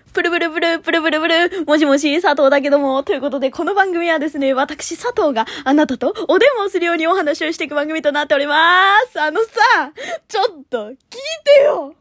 プルブルブル、プルブルブル、もしもし、佐藤だけども、ということで、この番組はですね、私、佐藤があなたとお電話をするようにお話をしていく番組となっております。ちょっと、聞いてよ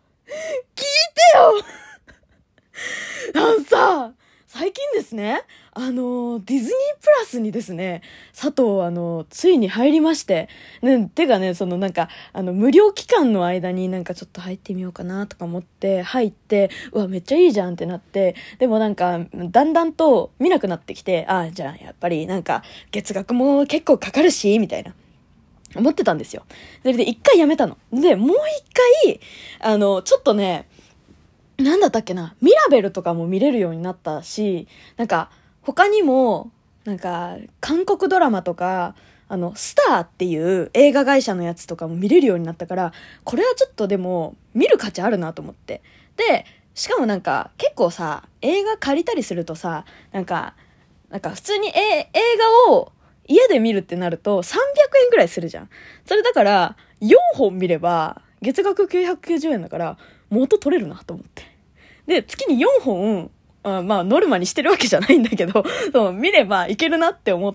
最近ですね、ディズニープラスにですね、佐藤、ついに入りまして、ね、てかね、無料期間の間にちょっと入ってみようかなとか思って、入って、うわ、めっちゃいいじゃんってなって、でもだんだんと見なくなってきて、じゃあ、やっぱり月額も結構かかるし、みたいな。思ってたんですよ。それで一回やめたの。で、もう一回、ちょっとね、なんだったっけな、ミラベルとかも見れるようになったし、他にも、韓国ドラマとか、スターっていう映画会社のやつとかも見れるようになったから、これはちょっとでも、見る価値あるなと思って。で、しかも結構さ、映画借りたりするとさ、普通に映画を家で見るってなると300円ぐらいするじゃん。それだから、4本見れば、月額990円だから、元取れるなと思って。で、月に4本、ノルマにしてるわけじゃないんだけど、見ればいけるなって思って、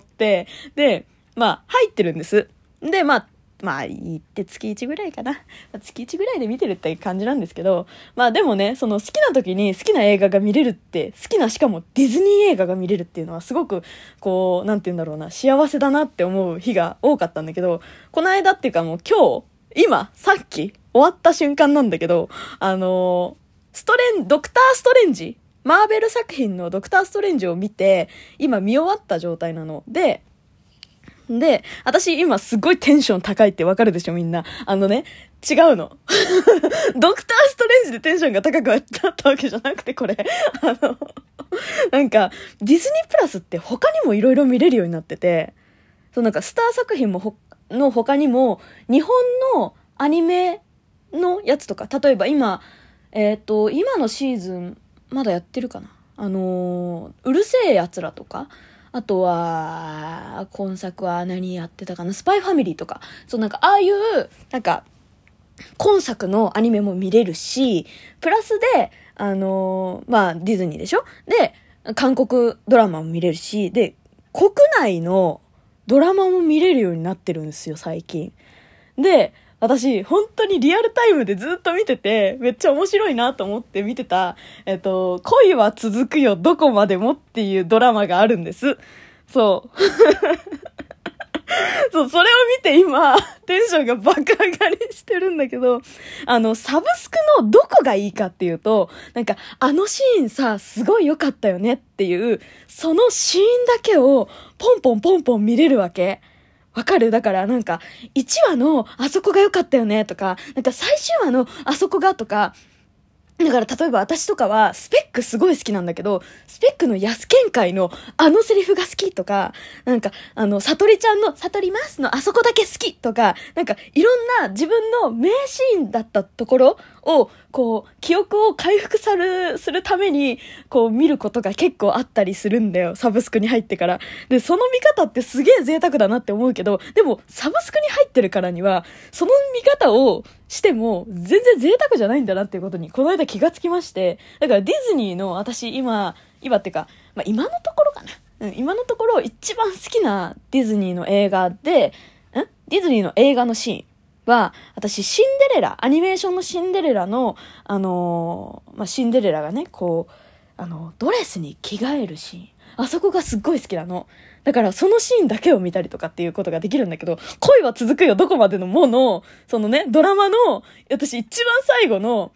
で、入ってるんです。で、言って月1ぐらいかな。月1ぐらいで見てるって感じなんですけど、でもね、好きな時に好きな映画が見れるって、しかもディズニー映画が見れるっていうのはすごく、なんて言うんだろうな、幸せだなって思う日が多かったんだけど、この間っていうかもう今、さっき終わった瞬間なんだけど、ドクターストレンジ、マーベル作品のドクターストレンジを見て、今見終わった状態なので、私今すごいテンション高いってわかるでしょみんな。違うの。ドクターストレンジでテンションが高くなったわけじゃなくて、これ。ディズニープラスって他にもいろいろ見れるようになってて、スター作品の他にも、日本のアニメのやつとか、例えば今のシーズン、まだやってるかな、うるせえ奴らとか、あとは、今作は何やってたかな、スパイファミリーとか、ああいう、今作のアニメも見れるし、プラスで、ディズニーでしょ？で、韓国ドラマも見れるし、で、国内のドラマも見れるようになってるんですよ、最近。で、私、本当にリアルタイムでずっと見てて、めっちゃ面白いなと思って見てた、恋は続くよ、どこまでもっていうドラマがあるんです。そう。そう、それを見て今、テンションが爆上がりしてるんだけど、サブスクのどこがいいかっていうと、あのシーンさ、すごい良かったよねっていう、そのシーンだけを、ポンポンポンポン見れるわけ。わかる？だから1話のあそこが良かったよねとか、最終話のあそこがとか、だから例えば私とかはスペックすごい好きなんだけど、スペックの安見会のあのセリフが好きとか、さとりちゃんのさとりますのあそこだけ好きとか、いろんな自分の名シーンだったところを、記憶を回復するために、見ることが結構あったりするんだよ、サブスクに入ってから。で、その見方ってすげえ贅沢だなって思うけど、でも、サブスクに入ってるからには、その見方をしても、全然贅沢じゃないんだなっていうことに、この間気がつきまして、だからディズニーの、私今っていうか、今のところかな。今のところ一番好きなディズニーの映画で、ディズニーの映画のシーンは、私、シンデレラ、アニメーションのシンデレラの、シンデレラがね、ドレスに着替えるシーン。あそこがすっごい好きなの。だから、そのシーンだけを見たりとかっていうことができるんだけど、恋は続くよ、どこまでのもの、ドラマの、私一番最後の、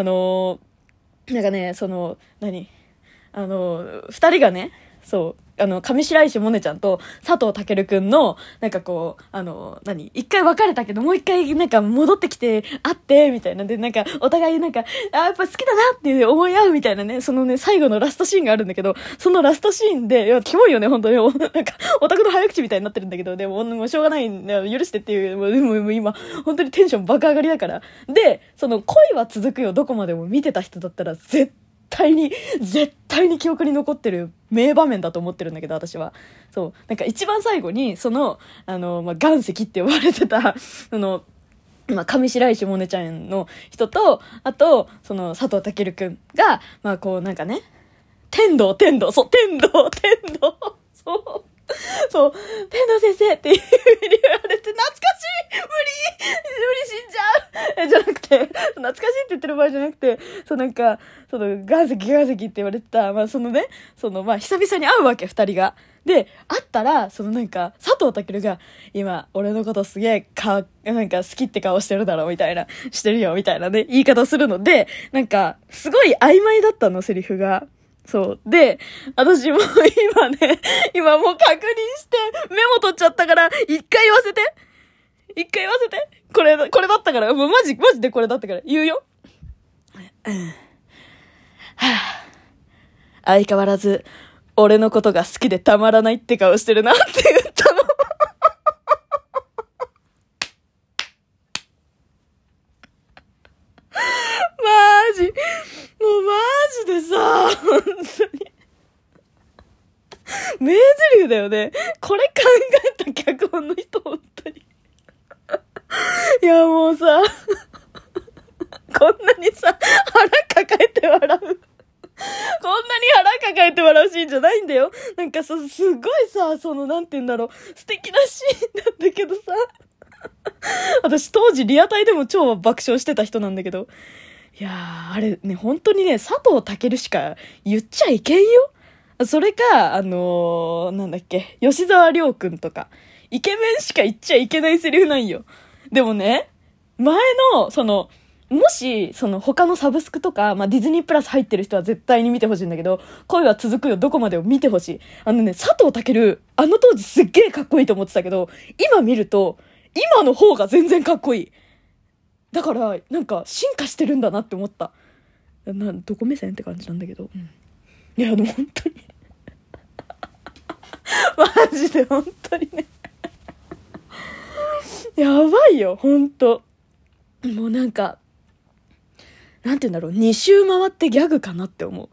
二人がね、そう、上白石萌音ちゃんと佐藤健くんの、一回別れたけど、もう一回戻ってきて、会って、みたいな。で、お互いやっぱ好きだなって思い合うみたいなね、最後のラストシーンがあるんだけど、そのラストシーンで、いや、キモいよね、本当に。オタクの早口みたいになってるんだけど、でもうしょうがないんだよ、許してっていう、でも今、本当にテンション爆上がりだから。で、恋は続くよ、どこまでも見てた人だったら、絶対に記憶に残ってる名場面だと思ってるんだけど、私は。そう。一番最後に、岩石って呼ばれてた、 まあ、上白石萌音ちゃんの人と、あと、その、佐藤健くんが、まあ、こう、なんかね、天道、そう、天道、そう、そう、天道先生っていう風に言われて、懐かしい無理死んじゃうじゃなくて、懐かしいって言ってる場合じゃなくて、そう、なんか、その、岩石って言われてた、まあ、そのね、その、まあ、久々に会うわけ、二人が。で、会ったら、そのなんか、佐藤健が、今、俺のことすげえ、なんか好きって顔してるだろ、みたいな、してるよ、みたいなね、言い方するので、なんか、すごい曖昧だったの、セリフが。そう。で、私も今もう確認して、メモ取っちゃったから、一回言わせて。これだったから、もうマジでこれだったから、言うよ。はぁ。相変わらず、俺のことが好きでたまらないって顔してるなって言ったの。もうマジでさ、本当に。名台詞だよね。これ考えた脚本の人、本当に。いや、もうさ、こんなにさ、腹抱えて笑う。こんなに腹抱えて笑うシーンじゃないんだよ。なんかさ、すごいさ、その、なんて言うんだろう、素敵なシーンなんだけどさ、私当時リアタイでも超爆笑してた人なんだけど、いやー、あれね、本当にね、佐藤健しか言っちゃいけんよ。それか、なんだっけ、吉沢亮くんとか、イケメンしか言っちゃいけないセリフなんよ。でもね、前の、その、もし、その他のサブスクとか、まあ、ディズニープラス入ってる人は絶対に見てほしいんだけど、恋は続くよ、どこまでを見てほしい。佐藤健、あの当時すっげーかっこいいと思ってたけど、今見ると、今の方が全然かっこいい。だから、なんか、進化してるんだなって思った。どこ目線って感じなんだけど。うん、いや、でも本当に。マジで本当にね。やばいよ、本当。もうなんか、なんて言うんだろう、2周回ってギャグかなって思う。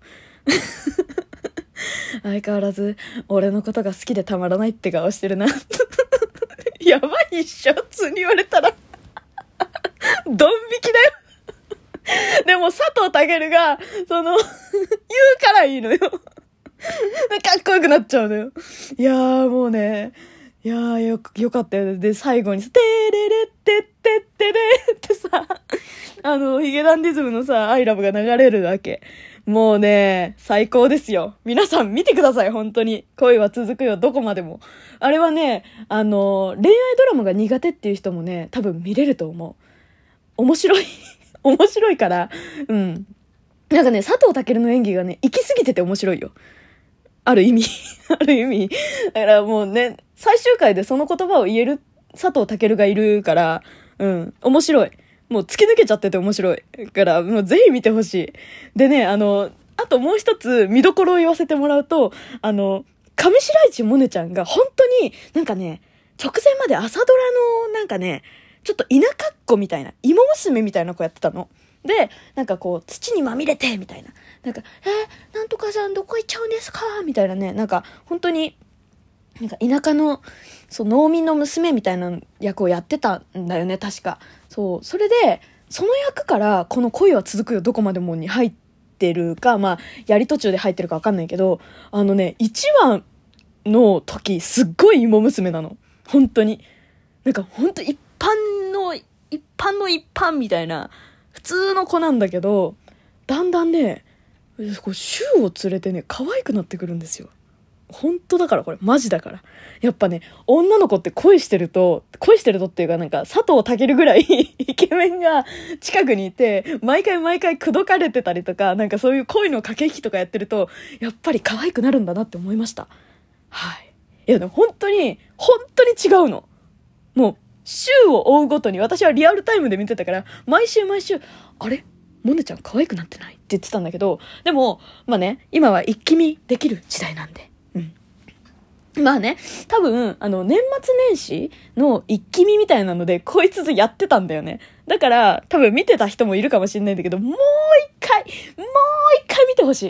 相変わらず、俺のことが好きでたまらないって顔してるな。やばいっしょ、普通に言われたら。ドン引きだよ。でも佐藤健が、その、言うからいいのよ。かっこよくなっちゃうのよ。いやーもうね、いやーよかったよ。で、最後に、てれれってってってれってさ、ヒゲダンディズムのさ、アイラブが流れるわけ。もうね、最高ですよ。皆さん見てください、本当に。恋は続くよ、どこまでも。あれはね、恋愛ドラマが苦手っていう人もね、多分見れると思う。面白い。面白いから、うん。なんかね、佐藤健の演技がね、行き過ぎてて面白いよ。ある意味。ある意味。だからもうね、最終回でその言葉を言える佐藤健がいるから、うん、面白い。もう突き抜けちゃってて面白い。から、もうぜひ見てほしい。でね、あともう一つ見どころを言わせてもらうと、上白石萌音ちゃんが本当になんかね、直前まで朝ドラのなんかね、ちょっと田舎っ子みたいな、芋娘みたいな子やってたの。で、なんかこう、土にまみれて、みたいな。なんか、なんとかさんどこ行っちゃうんですかみたいなね。なんか、本当に、なんか田舎の、そう、農民の娘みたいな役をやってたんだよね、確か。そう。それで、その役から、この恋は続くよ、どこまでもに入ってるか、まあ、やり途中で入ってるかわかんないけど、1話の時、すっごい芋娘なの。本当に。なんか、本当一般の一般みたいな、普通の子なんだけど、だんだんね、こうシュウを連れてね、可愛くなってくるんですよ。本当だから、これマジだから。やっぱね、女の子って恋してるとっていうか、なんか佐藤健ぐらいイケメンが近くにいて、毎回口説かれてたりとか、なんかそういう恋の駆け引きとかやってると、やっぱり可愛くなるんだなって思いました。はい。いやでも本当に違うの。もう週を追うごとに、私はリアルタイムで見てたから、毎週、あれモネちゃん可愛くなってないって言ってたんだけど、でも、まあね、今は一気見できる時代なんで。うん。まあね、多分、年末年始の一気見みたいなので、こいつやってたんだよね。だから、多分見てた人もいるかもしれないんだけど、もう一回見てほしい。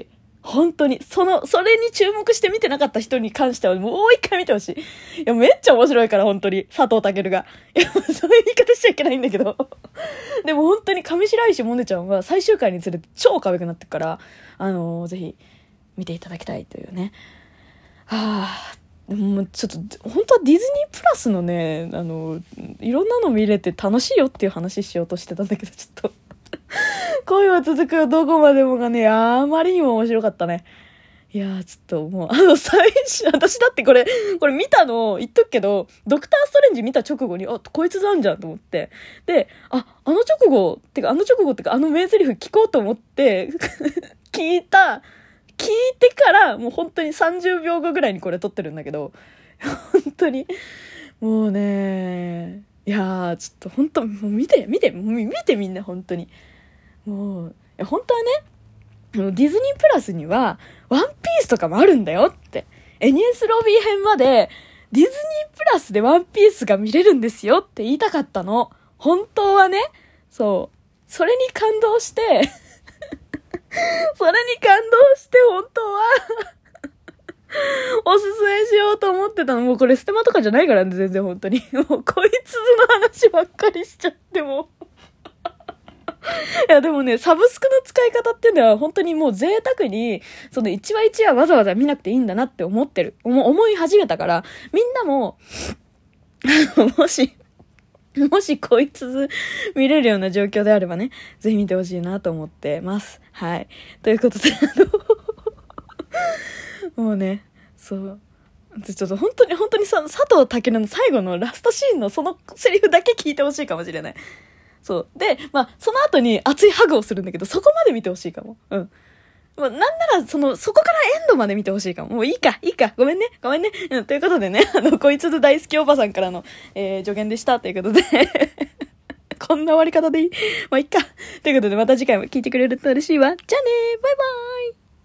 本当に。それに注目して見てなかった人に関してはもう一回見てほしい。いや、めっちゃ面白いから、本当に。佐藤健が。いや、そういう言い方しちゃいけないんだけど。でも本当に上白石萌音ちゃんは最終回につれて超可愛くなってくから、ぜひ見ていただきたいというね。でもちょっと本当はディズニープラスのね、いろんなの見れて楽しいよっていう話しようとしてたんだけど、ちょっと恋は続くよどこまでもがね、あまりにも面白かったね。いやー、ちょっともう、最初、私だってこれ見たの、言っとくけど、ドクターストレンジ見た直後に、こいつなんじゃんと思って。で、あの直後ってか、あの名台詞聞こうと思って、聞いてからもう本当に30秒後ぐらいにこれ撮ってるんだけど、本当にもうね、いやー、ちょっと本当もう見てみんな、本当にもう、いや本当はね、ディズニープラスにはワンピースとかもあるんだよって、エニエスロビー編までディズニープラスでワンピースが見れるんですよって言いたかったの、本当はね。そう、それに感動して本当はおすすめしようと思ってたの。もうこれステマとかじゃないからね、全然本当に。もうこいつの話ばっかりしちゃってもいやでもね、サブスクの使い方っていうのは本当にもう贅沢に、その1話1話わざわざ見なくていいんだなって思い始めたから、みんなももしこいつ見れるような状況であればね、ぜひ見てほしいなと思ってます。はい。ということで、もうね、そう。ちょっと本当に佐藤健の最後のラストシーンのそのセリフだけ聞いてほしいかもしれない。そう。で、その後に熱いハグをするんだけど、そこまで見てほしいかも。うん。なんなら、そこからエンドまで見てほしいかも。もういいか。ごめんね。うん、ということでね、こいつの大好きおばさんからの、助言でした。ということで、こんな終わり方でいい。いっか。ということで、また次回も聞いてくれると嬉しいわ。じゃあねー。バイバーイ。